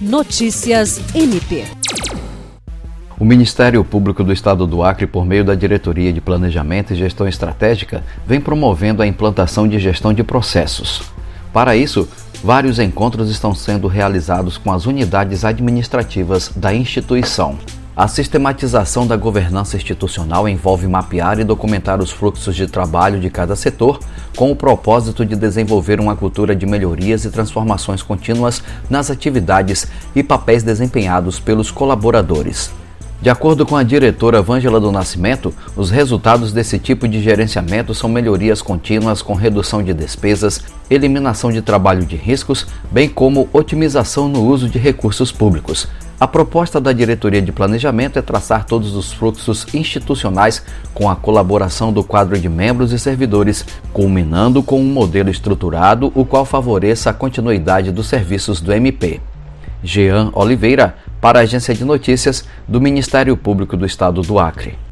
Notícias MP. O Ministério Público do Estado do Acre, por meio da Diretoria de Planejamento e Gestão Estratégica, vem promovendo a implantação de gestão de processos. Para isso, vários encontros estão sendo realizados com as unidades administrativas da instituição. A sistematização da governança institucional envolve mapear e documentar os fluxos de trabalho de cada setor, com o propósito de desenvolver uma cultura de melhorias e transformações contínuas nas atividades e papéis desempenhados pelos colaboradores. De acordo com a diretora Vângela do Nascimento, os resultados desse tipo de gerenciamento são melhorias contínuas com redução de despesas, eliminação de trabalho de riscos, bem como otimização no uso de recursos públicos. A proposta da Diretoria de Planejamento é traçar todos os fluxos institucionais com a colaboração do quadro de membros e servidores, culminando com um modelo estruturado, o qual favoreça a continuidade dos serviços do MP. Jean Oliveira, para a Agência de Notícias do Ministério Público do Estado do Acre.